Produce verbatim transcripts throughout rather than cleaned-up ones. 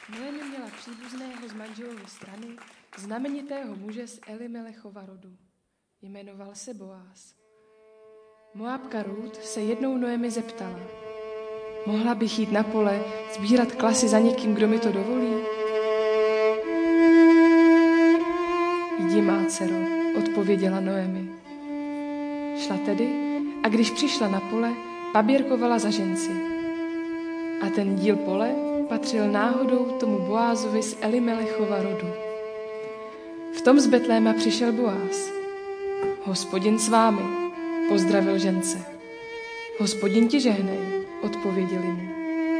Noemi měla příbuzného z manželovy strany, znamenitého muže z Elimelechova rodu. Jmenoval se Boaz. Moabka Rút se jednou Noemi zeptala: Mohla bych jít na pole sbírat klasy za někým, kdo mi to dovolí? Jdi, má dcero, odpověděla Noemi. Šla tedy a když přišla na pole, paběrkovala za ženci. A ten díl pole patřil náhodou tomu Boázovi z Elimelechova rodu. V tom z Betléma přišel Boáz. Hospodin s vámi, pozdravil žence. Hospodin ti žehnej, odpověděli mu.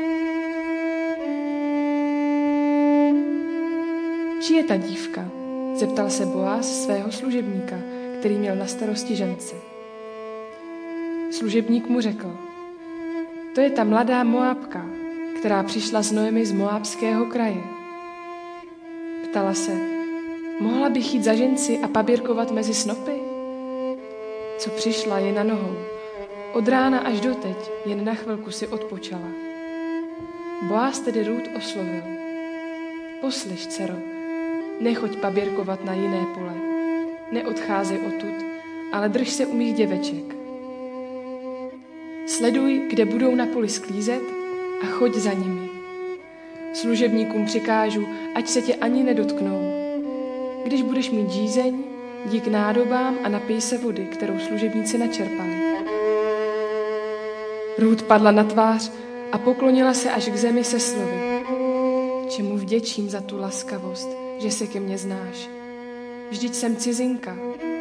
Či je ta dívka? Zeptal se Boáz svého služebníka, který měl na starosti žence. Služebník mu řekl: To je ta mladá Moabka, která přišla z Noemi z Moabského kraje. Ptala se: Mohla bych jít za ženci a paběrkovat mezi snopy? Co přišla, je na nohou. Od rána až doteď jen na chvilku si odpočala. Boáz tedy Rút oslovil: Poslyš, dcero, nechoď paběrkovat na jiné pole. Neodcházej odtud, ale drž se u mých děveček. Sleduj, kde budou na poli sklízet, a choď za nimi. Služebníkům přikážu, ať se tě ani nedotknou. Když budeš mít žízeň, jdi k nádobám a napij se vody, kterou služebníci načerpali. Rút padla na tvář a poklonila se až k zemi se slovy: Čemu vděčím za tu laskavost, že se ke mně znáš? Vždyť jsem cizinka.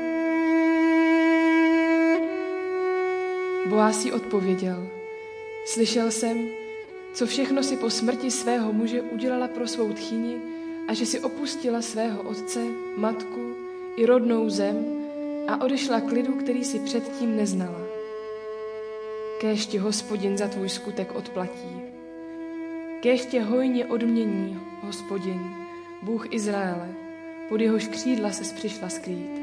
Boáz jí odpověděl: Slyšel jsem, co všechno si po smrti svého muže udělala pro svou tchyni a že si opustila svého otce, matku i rodnou zem a odešla k lidu, který si předtím neznala. Kéž ti Hospodin za tvůj skutek odplatí. Kéž tě hojně odmění Hospodin, Bůh Izraele, pod jehož křídla ses přišla skrýt.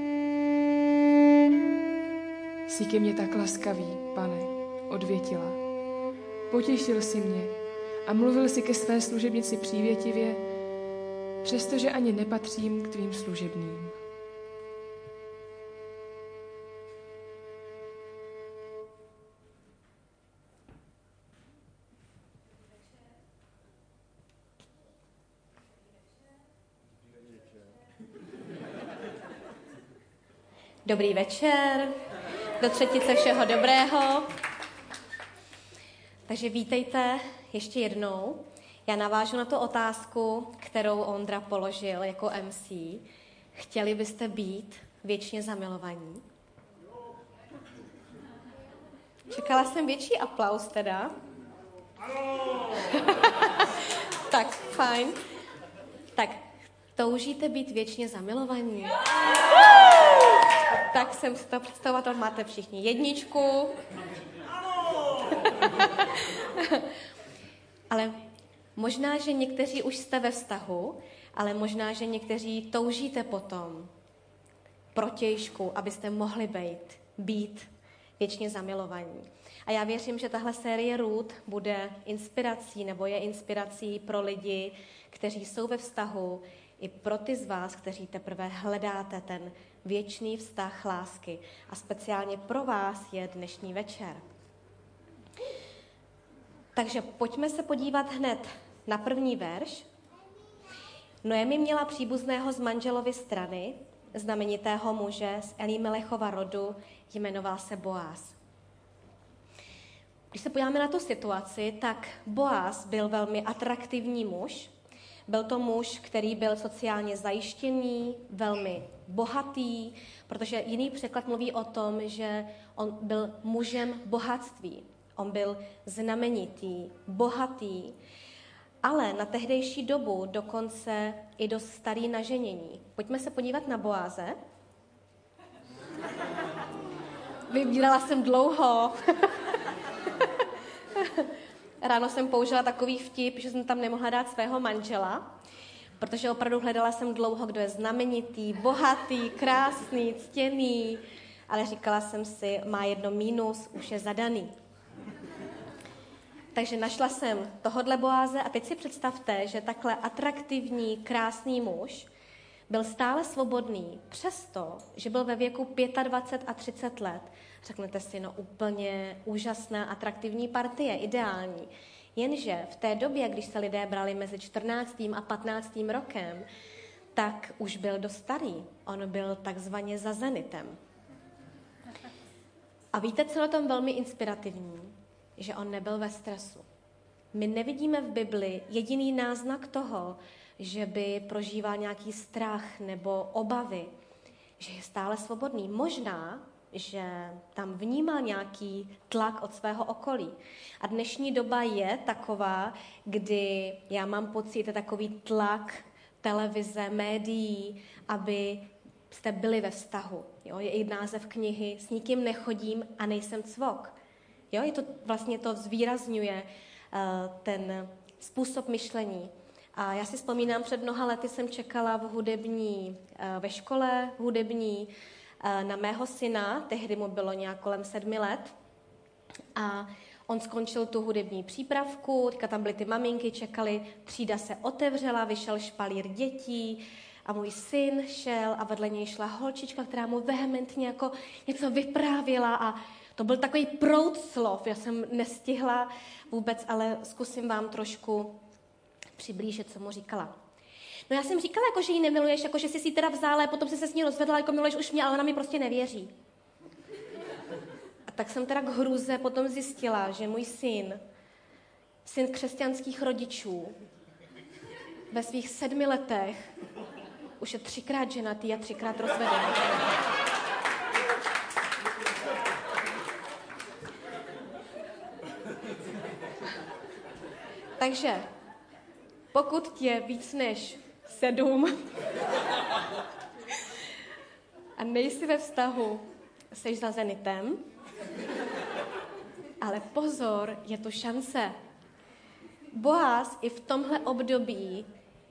Jsi ke mně tak laskavý, Pane, odvětila. Potěšil jsi mě a mluvil jsi ke své služebnici přívětivě, přestože ani nepatřím k tvým služebným. Dobrý večer, do třetice všeho dobrého. Takže vítejte ještě jednou. Já navážu na tu otázku, kterou Ondra položil jako em cé. Chtěli byste být věčně zamilovaní? Čekala jsem větší aplaus teda. Tak, fajn. Tak, toužíte být věčně zamilovaní? Tak jsem si to představovat, máte všichni jedničku. Ale možná, že někteří už jste ve vztahu, ale možná, že někteří toužíte potom protějšku, abyste mohli být, být věčně zamilovaní. A já věřím, že tahle série Rút bude inspirací nebo je inspirací pro lidi, kteří jsou ve vztahu, i pro ty z vás, kteří teprve hledáte ten věčný vztah lásky. A speciálně pro vás je dnešní večer. Takže pojďme se podívat hned na první verš. Noemi měla příbuzného z manželovy strany, znamenitého muže z Elimelechova rodu, jmenoval se Boaz. Když se podíváme na tu situaci, tak Boaz byl velmi atraktivní muž. Byl to muž, který byl sociálně zajištěný, velmi bohatý, protože jiný překlad mluví o tom, že on byl mužem bohatství. On byl znamenitý, bohatý, ale na tehdejší dobu dokonce i dost starý na ženění. Pojďme se podívat na Boáze. Vybírala jsem dlouho. Ráno jsem použila takový vtip, že jsem tam nemohla dát svého manžela, protože opravdu hledala jsem dlouho, kdo je znamenitý, bohatý, krásný, ctěný, ale říkala jsem si, má jedno mínus, už je zadaný. Takže našla jsem tohodle Boáze a teď si představte, že takhle atraktivní, krásný muž byl stále svobodný, přesto, že byl ve věku dvacet pět a třicet let. Řeknete si, no úplně úžasná, atraktivní partie, ideální. Jenže v té době, když se lidé brali mezi čtrnáctým a patnáctým rokem, tak už byl dost starý. On byl takzvaně za zenitem. A víte, co na tom velmi inspirativní? Že on nebyl ve stresu. My nevidíme v Bibli jediný náznak toho, že by prožíval nějaký strach nebo obavy, že je stále svobodný. Možná, že tam vnímal nějaký tlak od svého okolí. A dnešní doba je taková, kdy já mám pocit, je takový tlak televize, médií, aby jste byli ve vztahu. Jo? Je i název knihy S nikým nechodím a nejsem cvok. Jo? Je to, vlastně to zvýrazňuje uh, ten způsob myšlení. A já si vzpomínám, před mnoha lety jsem čekala v hudební, uh, ve škole hudební uh, na mého syna, tehdy mu bylo nějak kolem sedmi let. A on skončil tu hudební přípravku, teďka tam byly ty maminky, čekali, třída se otevřela, vyšel špalír dětí a můj syn šel a vedle něj šla holčička, která mu vehementně jako něco vyprávěla a to byl takový proud slov. Já jsem nestihla vůbec, ale zkusím vám trošku přiblížit, co mu říkala. No já jsem říkala, jako, že ji nemiluješ, jako, že jsi si teda vzala, potom jsi se s ní rozvedla, jako miluješ už mě, ale ona mi prostě nevěří. A tak jsem teda k hrůze potom zjistila, že můj syn, syn křesťanských rodičů, ve svých sedmi letech už je třikrát ženatý a třikrát rozvedený. Takže pokud ti je víc než sedm a nejsi ve vztahu, jsi za zenitem, ale pozor, je tu šance. Boaz i v tomhle období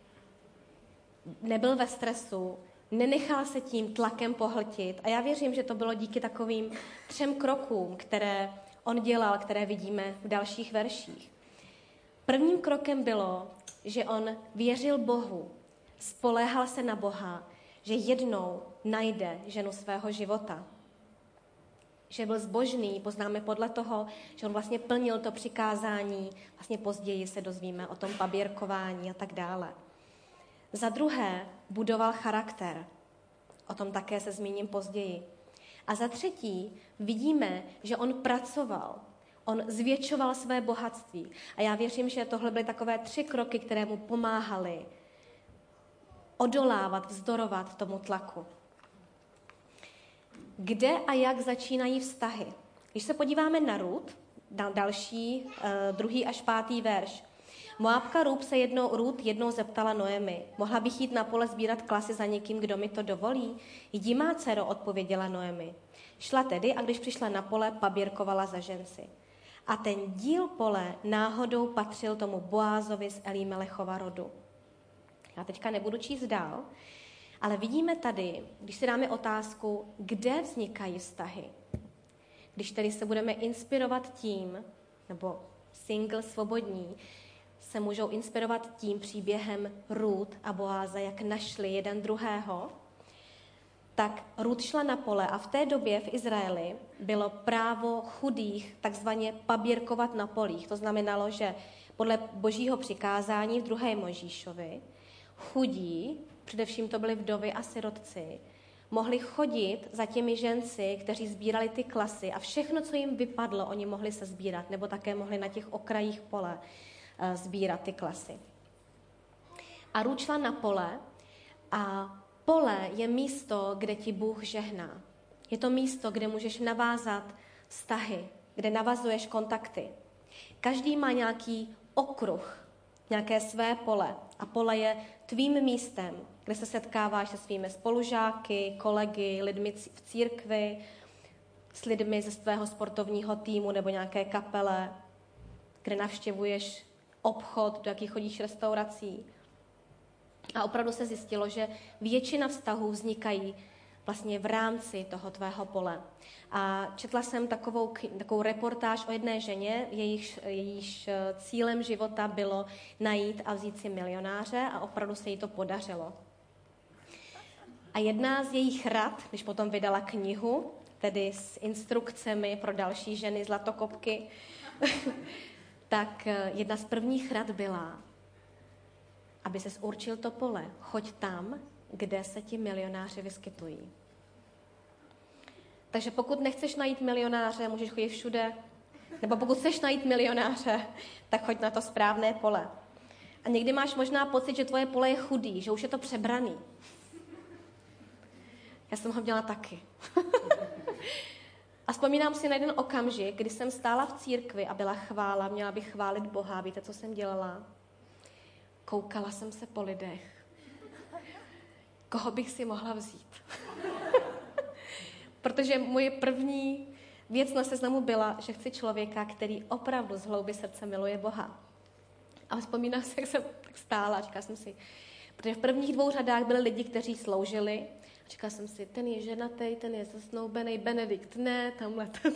nebyl ve stresu, nenechal se tím tlakem pohltit a já věřím, že to bylo díky takovým třem krokům, které on dělal, které vidíme v dalších verších. Prvním krokem bylo, že on věřil Bohu, spoléhal se na Boha, že jednou najde ženu svého života. Že byl zbožný, poznáme podle toho, že on vlastně plnil to přikázání, vlastně později se dozvíme o tom paběrkování a tak dále. Za druhé budoval charakter, o tom také se zmíním později. A za třetí vidíme, že on pracoval, on zvětšoval své bohatství. A já věřím, že tohle byly takové tři kroky, které mu pomáhaly odolávat, vzdorovat tomu tlaku. Kde a jak začínají vztahy? Když se podíváme na Rut, další, druhý až pátý verš. Moabka Rut se jednou, Rut jednou zeptala Noemi, mohla bych jít na pole sbírat klasy za někým, kdo mi to dovolí? Jdi, má dcero, odpověděla Noemi. Šla tedy a když přišla na pole, paběrkovala za ženci. A ten díl pole náhodou patřil tomu Boázovi z Elimelechova rodu. Já teďka nebudu číst dál, ale vidíme tady, když si dáme otázku, kde vznikají vztahy. Když tedy se budeme inspirovat tím, nebo single, svobodní, se můžou inspirovat tím příběhem Rut a Boáza, jak našli jeden druhého, tak Rut šla na pole a v té době v Izraeli bylo právo chudých takzvaně paběrkovat na polích. To znamenalo, že podle božího přikázání v druhé Mojžíšovi chudí, především to byly vdovy a sirotci, mohli chodit za těmi ženci, kteří sbírali ty klasy a všechno, co jim vypadlo, oni mohli se sbírat, nebo také mohli na těch okrajích pole uh, sbírat ty klasy. A Rut šla na pole a pole je místo, kde ti Bůh žehná. Je to místo, kde můžeš navázat vztahy, kde navazuješ kontakty. Každý má nějaký okruh, nějaké své pole. A pole je tvým místem, kde se setkáváš se svými spolužáky, kolegy, lidmi v církvi, s lidmi ze svého sportovního týmu nebo nějaké kapele, kde navštěvuješ obchod, do jakých chodíš restaurací. A opravdu se zjistilo, že většina vztahů vznikají vlastně v rámci toho tvého pole. A četla jsem takovou, takovou reportáž o jedné ženě, jejíž, jejíž cílem života bylo najít a vzít si milionáře a opravdu se jí to podařilo. A jedna z jejich rad, když potom vydala knihu, tedy s instrukcemi pro další ženy zlatokopky, tak jedna z prvních rad byla, aby ses určil to pole, choď tam, kde se ti milionáři vyskytují. Takže pokud nechceš najít milionáře, můžeš chodit všude, nebo pokud chceš najít milionáře, tak choď na to správné pole. A někdy máš možná pocit, že tvoje pole je chudý, že už je to přebraný. Já jsem ho měla taky. A vzpomínám si na jeden okamžik, kdy jsem stála v církvi a byla chvála, měla bych chválit Boha. Víte, co jsem dělala? Koukala jsem se po lidech. Koho bych si mohla vzít? Protože moje první věc na seznamu byla, že chci člověka, který opravdu z hloubi srdce miluje Boha. A vzpomínám si, jak jsem tak stála a říkala jsem si, protože v prvních dvou řadách byli lidi, kteří sloužili. A říkala jsem si, ten je ženatý, ten je zasnoubený, Benedikt ne, tamhle ten.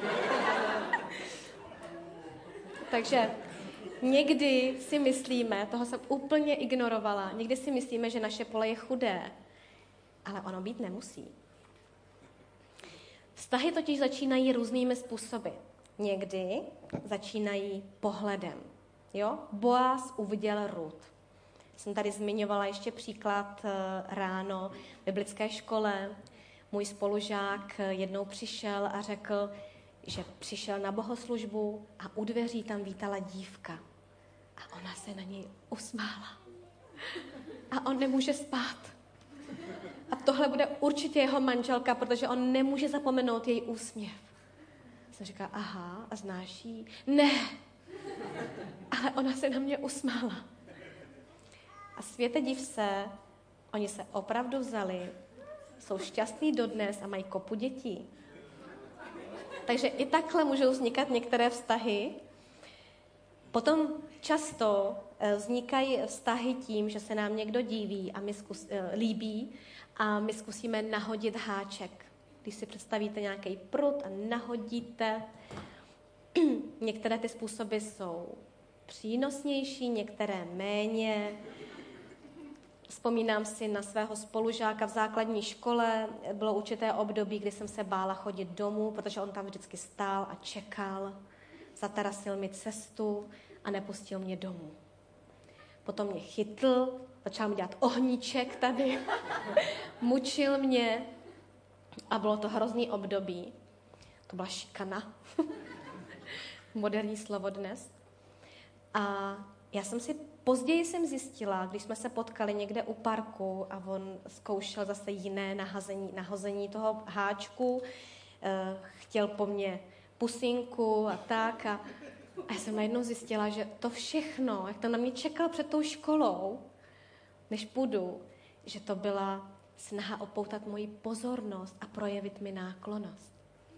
Takže někdy si myslíme, toho jsem úplně ignorovala, někdy si myslíme, že naše pole je chudé, ale ono být nemusí. Vztahy totiž začínají různými způsoby. Někdy začínají pohledem. Jo? Boaz uviděl Rut. Jsem tady zmiňovala ještě příklad ráno v biblické škole. Můj spolužák jednou přišel a řekl, že přišel na bohoslužbu a u dveří tam vítala dívka. A ona se na něj usmála. A on nemůže spát. A tohle bude určitě jeho manželka, protože on nemůže zapomenout její úsměv. Jsem říkala, aha, a znáš jí? Ne, ale ona se na mě usmála. A světe div se, oni se opravdu vzali, jsou šťastní dodnes a mají kopu dětí. Takže i takhle můžou vznikat některé vztahy. Potom často vznikají vztahy tím, že se nám někdo díví a my zkus, líbí a my zkusíme nahodit háček. Když si představíte nějaký prut a nahodíte, některé ty způsoby jsou přínosnější, některé méně. Vzpomínám si na svého spolužáka v základní škole. Bylo určité období, kdy jsem se bála chodit domů, protože on tam vždycky stál a čekal. Zatarasil mi cestu a nepustil mě domů. Potom mě chytl, začal mi dělat ohníček tady, mučil mě a bylo to hrozný období. To byla šikana. Moderní slovo dnes. A já jsem si později jsem zjistila, když jsme se potkali někde u parku a on zkoušel zase jiné nahazení, nahození toho háčku, eh, chtěl po mně pusinku a tak. A, a já jsem najednou zjistila, že to všechno, jak to na mě čekal před tou školou, než půjdu, že to byla snaha opoutat moji pozornost a projevit mi náklonnost.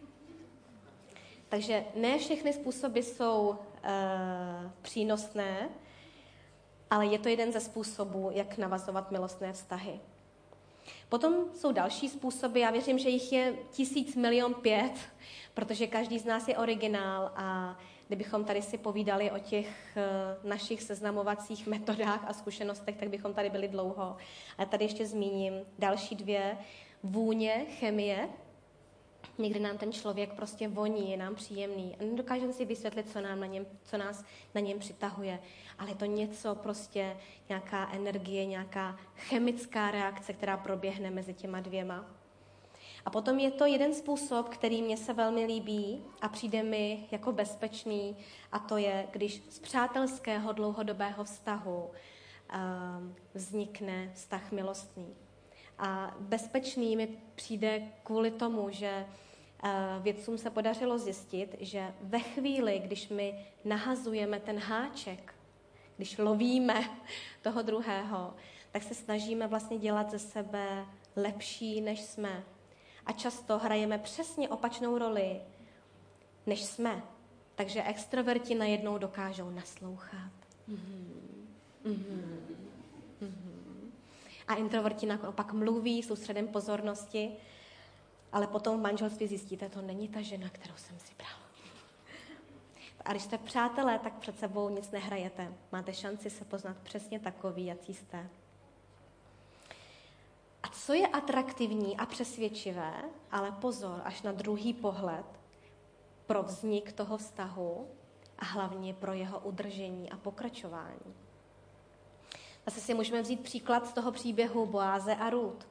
Takže ne všechny způsoby jsou e, přínosné, ale je to jeden ze způsobů, jak navazovat milostné vztahy. Potom jsou další způsoby, já věřím, že jich je tisíc milion pět, protože každý z nás je originál a kdybychom tady si povídali o těch e, našich seznamovacích metodách a zkušenostech, tak bychom tady byli dlouho. A tady ještě zmíním další dvě. Vůně, chemie. Někdy nám ten člověk prostě voní, je nám příjemný a nedokážeme si vysvětlit, co, nám na něm, co nás na něm přitahuje. Ale je to něco prostě, nějaká energie, nějaká chemická reakce, která proběhne mezi těma dvěma. A potom je to jeden způsob, který mně se velmi líbí a přijde mi jako bezpečný, a to je, když z přátelského dlouhodobého vztahu uh, vznikne vztah milostný. A bezpečný mi přijde kvůli tomu, že vědcům se podařilo zjistit, že ve chvíli, když my nahazujeme ten háček, když lovíme toho druhého, tak se snažíme vlastně dělat ze sebe lepší, než jsme. A často hrajeme přesně opačnou roli, než jsme. Takže extroverti najednou dokážou naslouchat. Mm-hmm. Mm-hmm. A introverti naopak mluví, jsou středem pozornosti, ale potom v manželství zjistíte, to není ta žena, kterou jsem si bral. A když jste přátelé, tak před sebou nic nehrajete. Máte šanci se poznat přesně takový, jací jste. A co je atraktivní a přesvědčivé, ale pozor, až na druhý pohled, pro vznik toho vztahu a hlavně pro jeho udržení a pokračování. Zase si můžeme vzít příklad z toho příběhu Boáze a Rút.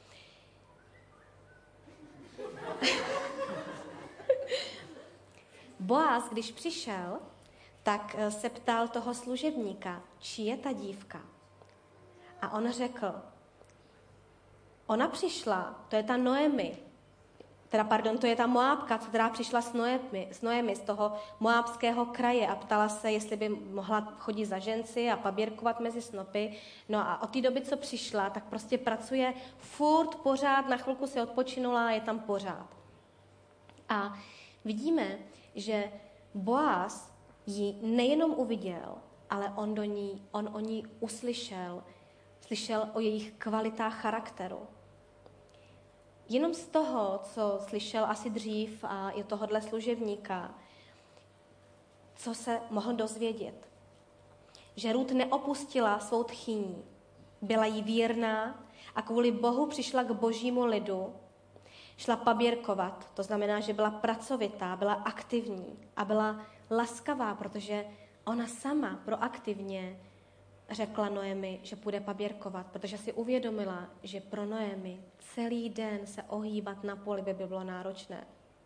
Boáz, když přišel, tak se ptal toho služebníka, či je ta dívka. A on řekl, ona přišla, to je ta Noemi, teda pardon, to je ta Moábka, která přišla s Noemi, s Noemi z toho moábského kraje a ptala se, jestli by mohla chodit za ženci a paběrkovat mezi snopy. No a od té doby, co přišla, tak prostě pracuje furt, pořád, na chvilku si odpočinula a je tam pořád. A vidíme, že Boáz ji nejenom uviděl, ale on, do ní, on o ní uslyšel, slyšel o jejich kvalitách charakteru. Jenom z toho, co slyšel asi dřív a i tohodle služebníka, co se mohl dozvědět. Že Rút neopustila svou tchýní, byla jí věrná a kvůli Bohu přišla k božímu lidu, šla paběrkovat, to znamená, že byla pracovitá, byla aktivní a byla laskavá, protože ona sama proaktivně řekla Noemi, že půjde paběrkovat, protože si uvědomila, že pro Noemi celý den se ohýbat na poli by bylo náročné.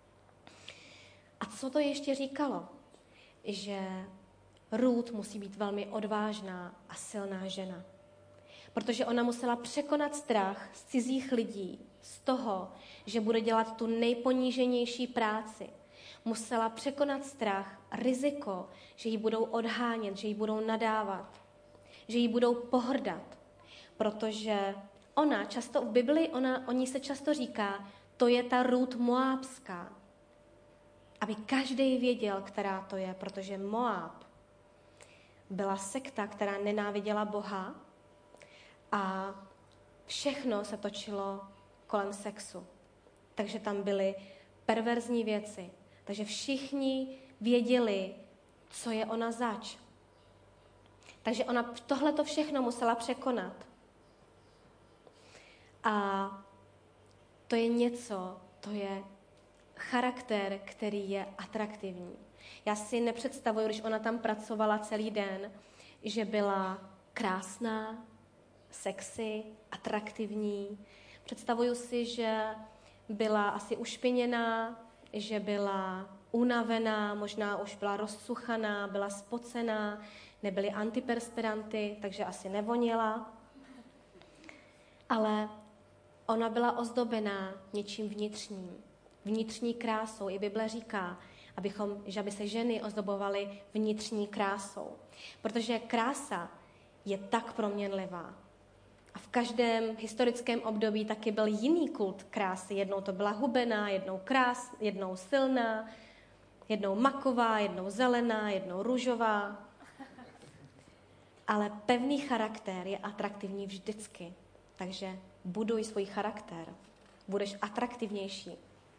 A co to ještě říkalo? Že Rút musí být velmi odvážná a silná žena. Protože ona musela překonat strach z cizích lidí, z toho, že bude dělat tu nejponíženější práci. Musela překonat strach, riziko, že ji budou odhánět, že ji budou nadávat, že ji budou pohrdat. Protože ona často v Bibli, ona, o ní se často říká, to je ta Rút Moábská. Aby každý věděl, která to je, protože Moáb byla sekta, která nenáviděla Boha a všechno se točilo kolem sexu. Takže tam byly perverzní věci. Takže všichni věděli, co je ona zač. Takže ona tohleto všechno musela překonat. A to je něco, to je charakter, který je atraktivní. Já si nepředstavuji, když ona tam pracovala celý den, že byla krásná, sexy, atraktivní. Představuju si, že byla asi ušpiněná, že byla unavená, možná už byla rozsuchaná, byla spocená, nebyly antiperspiranty, takže asi nevoněla. Ale ona byla ozdobená něčím vnitřním, vnitřní krásou. I Bible říká, abychom, že aby se ženy ozdobovaly vnitřní krásou. Protože krása je tak proměnlivá. A v každém historickém období taky byl jiný kult krásy. Jednou to byla hubená, jednou krás, jednou silná, jednou maková, jednou zelená, jednou růžová. Ale pevný charakter je atraktivní vždycky. Takže buduj svůj charakter. Budeš atraktivnější.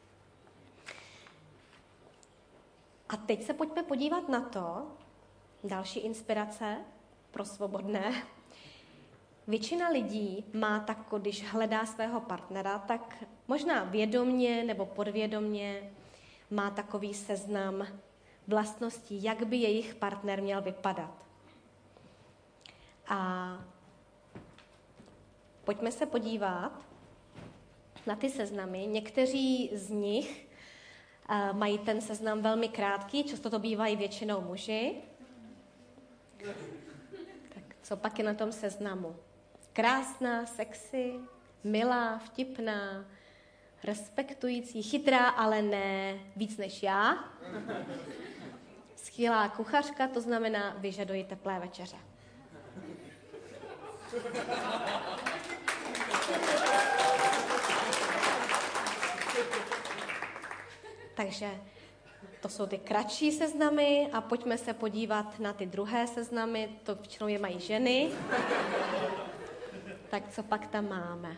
A teď se pojďme podívat na to, další inspirace pro svobodné. Většina lidí má tak, když hledá svého partnera, tak možná vědomně nebo podvědomně má takový seznam vlastností, jak by jejich partner měl vypadat. A pojďme se podívat na ty seznamy. Někteří z nich uh, mají ten seznam velmi krátký, často to bývají většinou muži. Tak co pak je na tom seznamu? Krásná, sexy, milá, vtipná, respektující, chytrá, ale ne víc než já. Skvělá kuchařka, to znamená vyžaduji teplé večeře. Takže to jsou ty kratší seznamy a pojďme se podívat na ty druhé seznamy, to většinou je mají ženy. Tak co pak tam máme?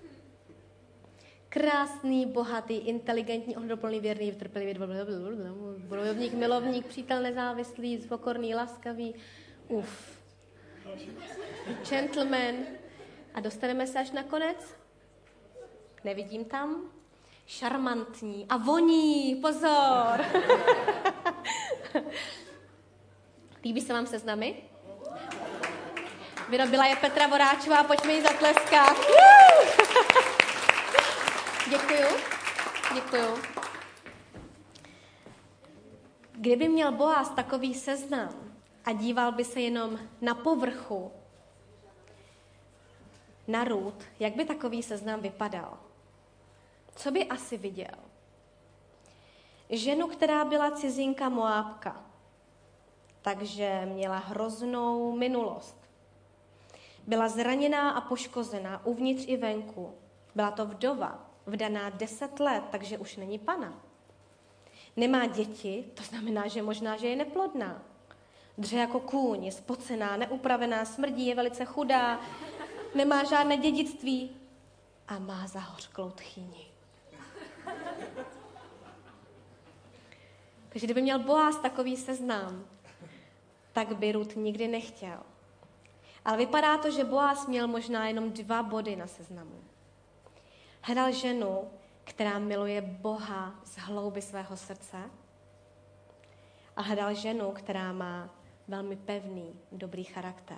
Krásný, bohatý, inteligentní, ohleduplný, věrný, trpělivý, bojovník, milovník, přítel nezávislý, pokorný, laskavý, uf. Gentleman. A dostaneme se až na konec? Nevidím tam. Šarmantní a voní, pozor. Líbí se vám seznamy? Vyrobila je Petra Voráčová, pojďme jí zatleskat. Děkuju, děkuju. Kdyby měl Boaz takový seznam a díval by se jenom na povrchu, na Rút, jak by takový seznam vypadal? Co by asi viděl? Ženu, která byla cizinka Moábka, takže měla hroznou minulost. Byla zraněná a poškozená uvnitř i venku. Byla to vdova, vdaná deset let, takže už není pana. Nemá děti, to znamená, že možná, že je neplodná. Dře jako kůň, je spocená, neupravená, smrdí, je velice chudá, nemá žádné dědictví a má zahořklou tchýni. Takže kdyby měl Boaz takový seznam, tak by Rut nikdy nechtěl. Ale vypadá to, že Boaz měl možná jenom dva body na seznamu. Hledal ženu, která miluje Boha z hloubi svého srdce, a hledal ženu, která má velmi pevný, dobrý charakter.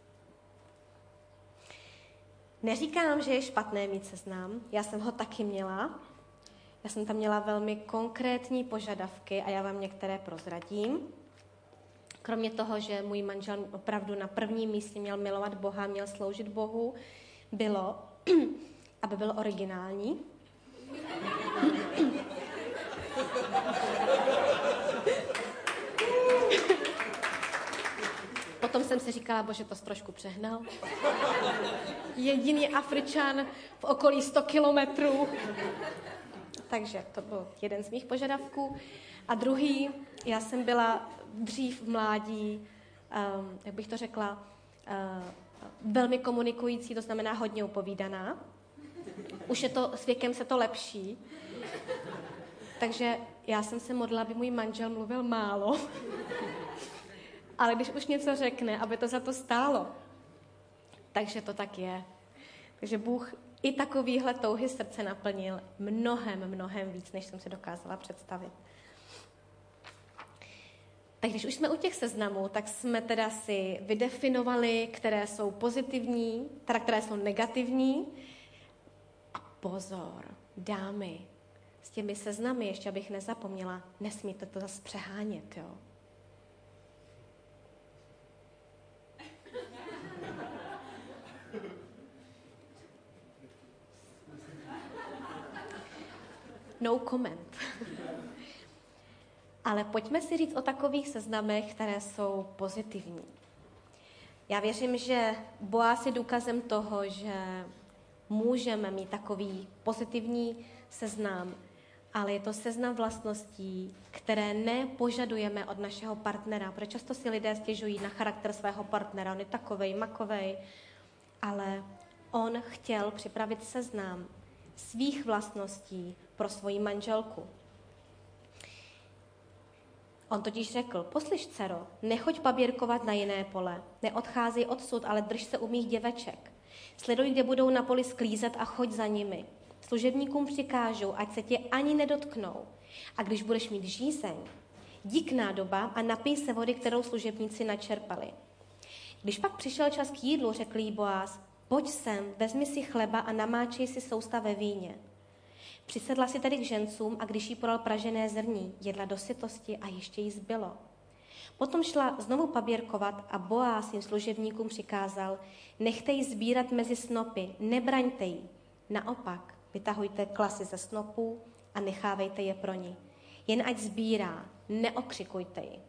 Neříkám, že je špatné mít seznam, já jsem ho taky měla. Já jsem tam měla velmi konkrétní požadavky a já vám některé prozradím. Kromě toho, že můj manžel opravdu na prvním místě měl milovat Boha, měl sloužit Bohu, bylo, aby byl originální. Potom jsem si říkala, bože, to jsi trošku přehnal. Jediný Afričan v okolí sto kilometrů. Takže to byl jeden z mých požadavků. A druhý, já jsem byla dřív v mládí, um, jak bych to řekla, uh, velmi komunikující, to znamená hodně upovídaná. Už je to, s věkem se to lepší. Takže já jsem se modlila, aby můj manžel mluvil málo. Ale když už něco řekne, aby to za to stálo. Takže to tak je. Takže Bůh i takovýhle touhy srdce naplnil mnohem, mnohem víc, než jsem si dokázala představit. Tak když už jsme u těch seznamů, tak jsme teda si vydefinovali, které jsou pozitivní, teda které jsou negativní. A pozor, dámy, s těmi seznamy, ještě abych nezapomněla, nesmíte to zase přehánět, jo. No comment. Ale pojďme si říct o takových seznamech, které jsou pozitivní. Já věřím, že Boaz je důkazem toho, že můžeme mít takový pozitivní seznam, ale je to seznam vlastností, které nepožadujeme od našeho partnera, protože často si lidé stěžují na charakter svého partnera, on je takovej, makovej, ale on chtěl připravit seznam svých vlastností pro svoji manželku. On totiž řekl, poslyš, dcero, nechoď paběrkovat na jiné pole, neodcházej odsud, ale drž se u mých děveček. Sleduj, kde budou na poli sklízet a choď za nimi. Služebníkům přikážou, ať se tě ani nedotknou. A když budeš mít žízeň, jdi k nádobám a napij se vody, kterou služebníci načerpali. Když pak přišel čas k jídlu, řekl jí Boaz, pojď sem, vezmi si chleba a namáčej si sousta ve víně. Přisedla si tedy k žencům a když jí podal pražené zrní, jedla do sytosti a ještě jí zbylo. Potom šla znovu paběrkovat a Boaz svým služebníkům přikázal, nechte ji sbírat mezi snopy, nebraňte ji. Naopak, vytahujte klasy ze snopů a nechávejte je pro ní. Jen ať sbírá, neokřikujte ji.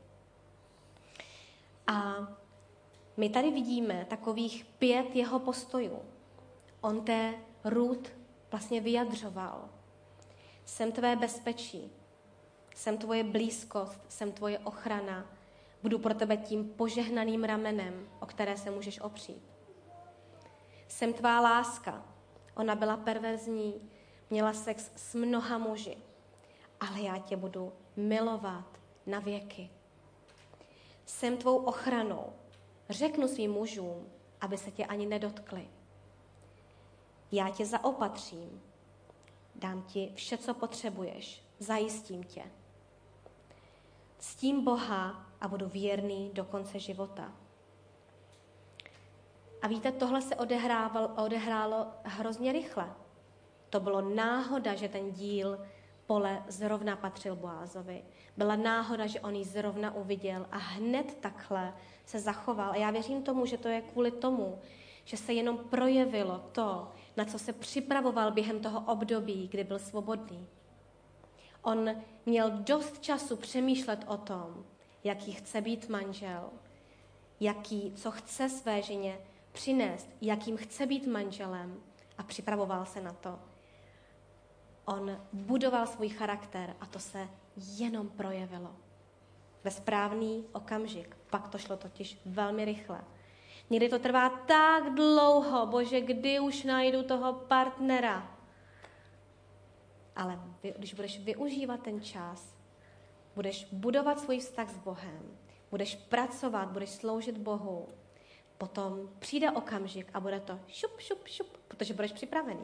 A my tady vidíme takových pět jeho postojů. On té Rut vlastně vyjadřoval. Jsem tvé bezpečí, jsem tvoje blízkost, jsem tvoje ochrana, budu pro tebe tím požehnaným ramenem, o které se můžeš opřít. jsem tvá láska. Ona byla perverzní, měla sex s mnoha muži, ale já tě budu milovat na věky. Jsem tvou ochranou. Řeknu svým mužům, aby se tě ani nedotkli. Já tě zaopatřím. Dám ti vše, co potřebuješ. Zajistím tě. Ctím Boha a budu věrný do konce života. A víte, tohle se odehrálo hrozně rychle. To bylo náhoda, že ten díl pole zrovna patřil Boázovi. Byla náhoda, že on ji zrovna uviděl a hned takhle se zachoval. A já věřím tomu, že to je kvůli tomu, že se jenom projevilo to, na co se připravoval během toho období, kdy byl svobodný. On měl dost času přemýšlet o tom, jaký chce být manžel, jaký, co chce své ženě přinést, jakým chce být manželem a připravoval se na to. On budoval svůj charakter a to se jenom projevilo. Ve správný okamžik. Pak to šlo totiž velmi rychle. Někdy to trvá tak dlouho, bože, kdy už najdu toho partnera. Ale když budeš využívat ten čas, budeš budovat svůj vztah s Bohem, budeš pracovat, budeš sloužit Bohu, potom přijde okamžik a bude to šup, šup, šup, protože budeš připravený.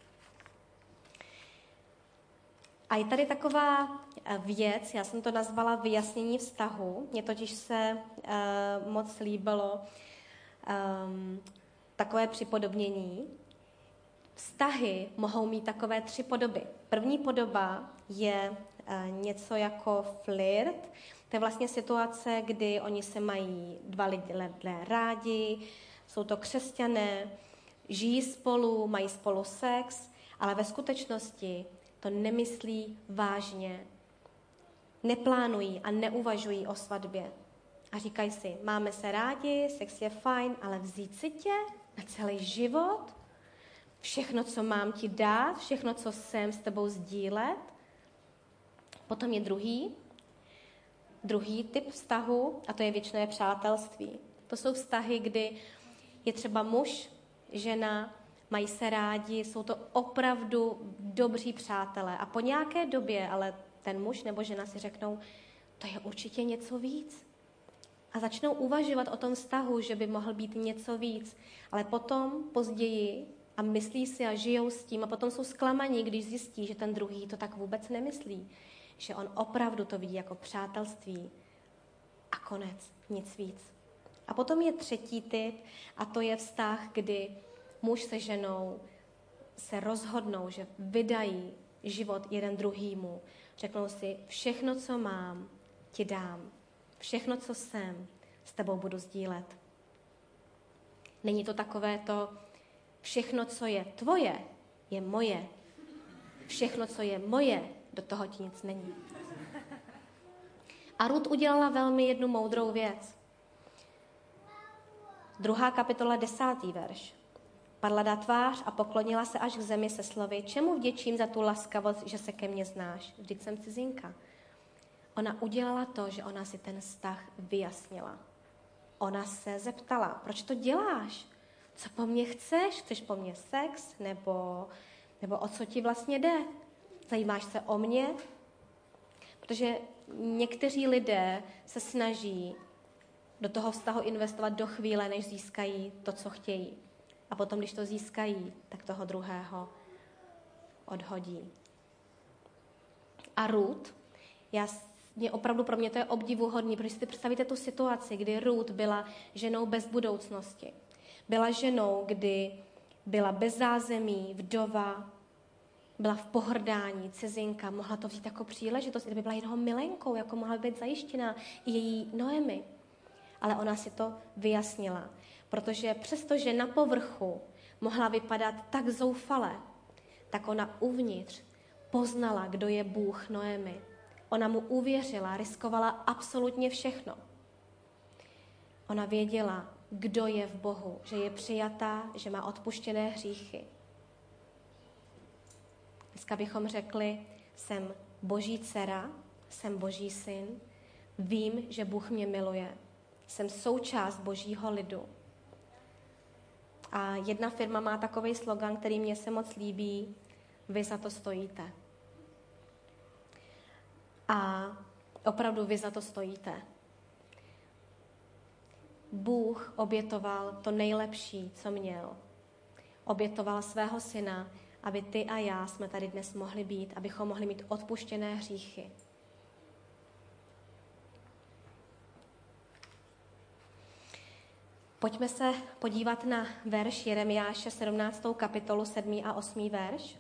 A je tady taková věc, já jsem to nazvala vyjasnění vztahu. Mně totiž se uh, moc líbilo um, takové připodobnění. Vztahy mohou mít takové tři podoby. První podoba je uh, něco jako flirt. To je vlastně situace, kdy oni se mají dva lidé rádi, jsou to křesťané, žijí spolu, mají spolu sex, ale ve skutečnosti to nemyslí vážně. Neplánují a neuvažují o svatbě. A říkají si, máme se rádi, sex je fajn, ale vzít si tě na celý život, všechno, co mám ti dát, všechno, co jsem s tebou sdílet. Potom je druhý, druhý typ vztahu, a to je věčné přátelství. To jsou vztahy, kdy je třeba muž, žena, mají se rádi, jsou to opravdu dobří přátelé. A po nějaké době, ale ten muž nebo žena si řeknou, to je určitě něco víc. A začnou uvažovat o tom vztahu, že by mohl být něco víc. Ale potom, později, a myslí si a žijou s tím, a potom jsou zklamaní, když zjistí, že ten druhý to tak vůbec nemyslí. Že on opravdu to vidí jako přátelství. A konec, nic víc. A potom je třetí typ, a to je vztah, kdy muž se ženou se rozhodnou, že vydají život jeden druhýmu. Řeknou si, všechno, co mám, ti dám. Všechno, co jsem, s tebou budu sdílet. Není to takové to, všechno, co je tvoje, je moje. Všechno, co je moje, do toho ti nic není. A Rut udělala velmi jednu moudrou věc. Druhá kapitola, desátý verš. Padla na tvář a poklonila se až k zemi se slovy, čemu vděčím za tu laskavost, že se ke mně znáš. Vždyť jsem cizinka. Ona udělala to, že ona si ten vztah vyjasnila. Ona se zeptala, proč to děláš? Co po mně chceš? Chceš po mně sex? Nebo, nebo o co ti vlastně jde? Zajímáš se o mě? Protože někteří lidé se snaží do toho vztahu investovat do chvíle, než získají to, co chtějí. A potom, když to získají, tak toho druhého odhodí. A Rut, já, mě opravdu pro mě to je obdivuhodný, protože si představíte tu situaci, kdy Rut byla ženou bez budoucnosti. Byla ženou, kdy byla bez zázemí, vdova, byla v pohrdání, cizinka, mohla to vzít jako příležitost, kdyby byla jeho milenkou, jako mohla být zajištěná i její Noemi. Ale ona si to vyjasnila, protože přestože na povrchu mohla vypadat tak zoufale, tak ona uvnitř poznala, kdo je Bůh Noemi. Ona mu uvěřila, riskovala absolutně všechno. Ona věděla, kdo je v Bohu, že je přijatá, že má odpuštěné hříchy. Dneska bychom řekli, jsem Boží dcera, jsem Boží syn, vím, že Bůh mě miluje, jsem součást Božího lidu. A jedna firma má takový slogan, který mě se moc líbí. Vy za to stojíte. A opravdu vy za to stojíte. Bůh obětoval to nejlepší, co měl. Obětoval svého syna, aby ty a já jsme tady dnes mohli být, abychom mohli mít odpuštěné hříchy. Pojďme se podívat na verš Jeremiáše sedmnáctou kapitolu sedmý a osmý verš.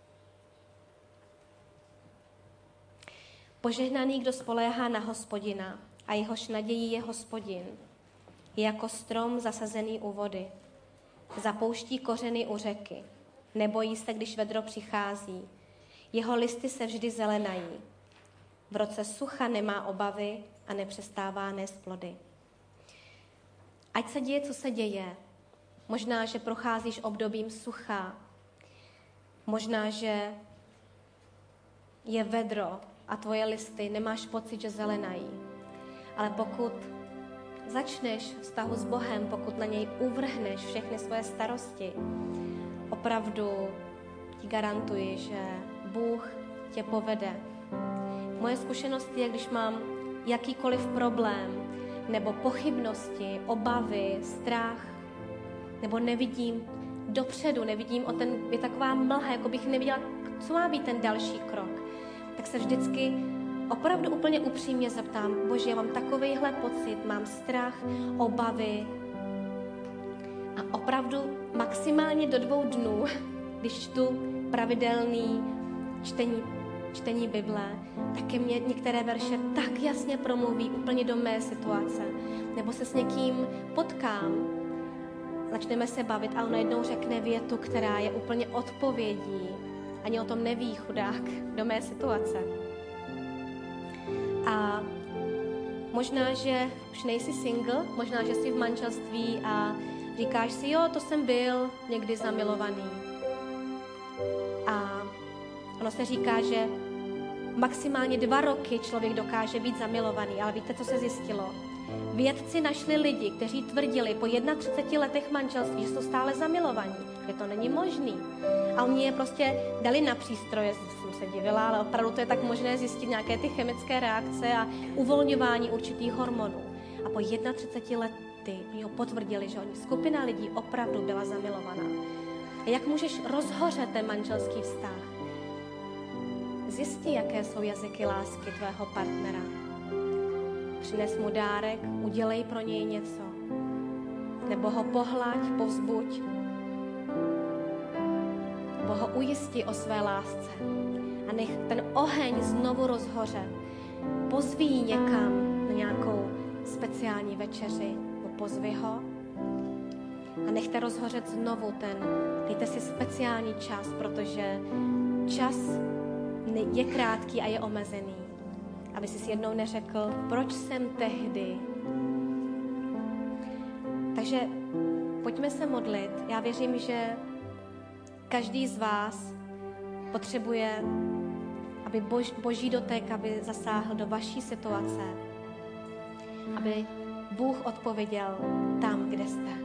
Požehnaný, kdo spoléhá na Hospodina a jehož nadějí je Hospodin, je jako strom zasazený u vody. Zapouští kořeny u řeky. Nebojí se, když vedro přichází. Jeho listy se vždy zelenají. V roce sucha nemá obavy a nepřestává nést plody. Ať se děje, co se děje. Možná, že procházíš obdobím sucha. Možná, že je vedro a tvoje listy nemáš pocit, že zelenají. Ale pokud začneš vztahu s Bohem, pokud na něj uvrhneš všechny svoje starosti, opravdu ti garantuji, že Bůh tě povede. Moje zkušenost je, když mám jakýkoliv problém, nebo pochybnosti, obavy, strach, nebo nevidím dopředu, nevidím o ten, je taková mlha, jako bych neviděla, co má být ten další krok, tak se vždycky opravdu úplně upřímně zeptám, Bože, já mám takovejhle pocit, mám strach, obavy a opravdu maximálně do dvou dnů, když čtu pravidelný čtení, čtení Bible, tak ke mně některé verše tak jasně promluví úplně do mé situace. Nebo se s někým potkám, začneme se bavit a on najednou řekne větu, která je úplně odpovědí, ani o tom neví chudák, do mé situace. A možná, že už nejsi single, možná, že jsi v manželství a říkáš si, jo, to jsem byl někdy zamilovaný. A ono se říká, že maximálně dva roky člověk dokáže být zamilovaný, ale víte, co se zjistilo? Vědci našli lidi, kteří tvrdili po třiceti jedna letech manželství, že jsou stále zamilovaní, že to není možný. A oni je prostě dali na přístroje, jsem se divila, ale opravdu to je tak možné zjistit nějaké ty chemické reakce a uvolňování určitých hormonů. A po třiceti jedna lety oni ho potvrdili, že oni, skupina lidí opravdu byla zamilovaná. A jak můžeš rozhořet ten manželský vztah? Zjisti, jaké jsou jazyky lásky tvého partnera. Přines mu dárek, udělej pro něj něco. Nebo ho pohlaď, povzbuď. Nebo ho ujisti o své lásce. A nech ten oheň znovu rozhoře. Pozví někam na nějakou speciální večeři. Nebo pozvi ho. A nechte rozhořet znovu ten, dejte si speciální čas, protože čas je krátký a je omezený. Aby si jednou neřekl, proč jsem tehdy. Takže pojďme se modlit. Já věřím, že každý z vás potřebuje, aby bož, boží dotek, aby zasáhl do vaší situace. Aby Bůh odpověděl tam, kde jste.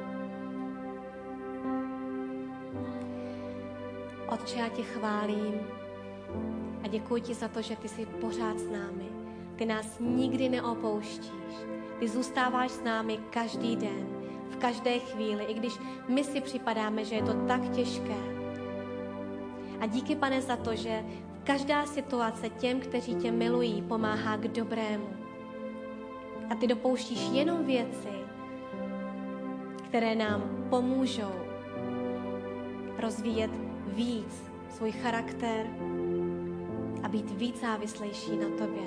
Otče, já tě chválím a děkuji ti za to, že ty jsi pořád s námi. Ty nás nikdy neopouštíš. Ty zůstáváš s námi každý den, v každé chvíli, i když my si připadáme, že je to tak těžké. A díky, Pane, za to, že každá situace těm, kteří tě milují, pomáhá k dobrému. A ty dopouštíš jenom věci, které nám pomůžou rozvíjet víc svůj charakter a být víc závislejší na tobě.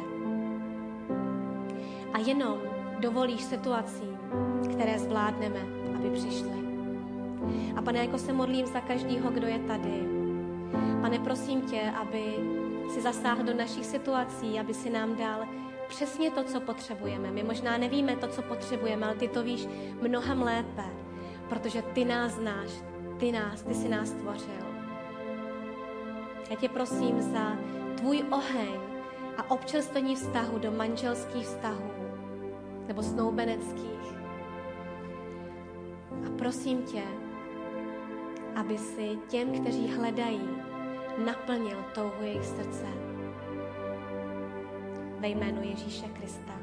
A jenom dovolíš situacím, které zvládneme, aby přišly. A Pane, jako se modlím za každého, kdo je tady. Pane, prosím tě, aby si zasáhl do našich situací, aby si nám dal přesně to, co potřebujeme. My možná nevíme to, co potřebujeme, ale ty to víš mnohem lépe, protože ty nás znáš, ty nás, ty jsi nás stvořil. Já tě prosím za tvůj oheň a občerstvení vztahu do manželských vztahů nebo snoubeneckých. A prosím tě, aby si těm, kteří hledají, naplnil touhu jejich srdce. Ve jménu Ježíše Krista.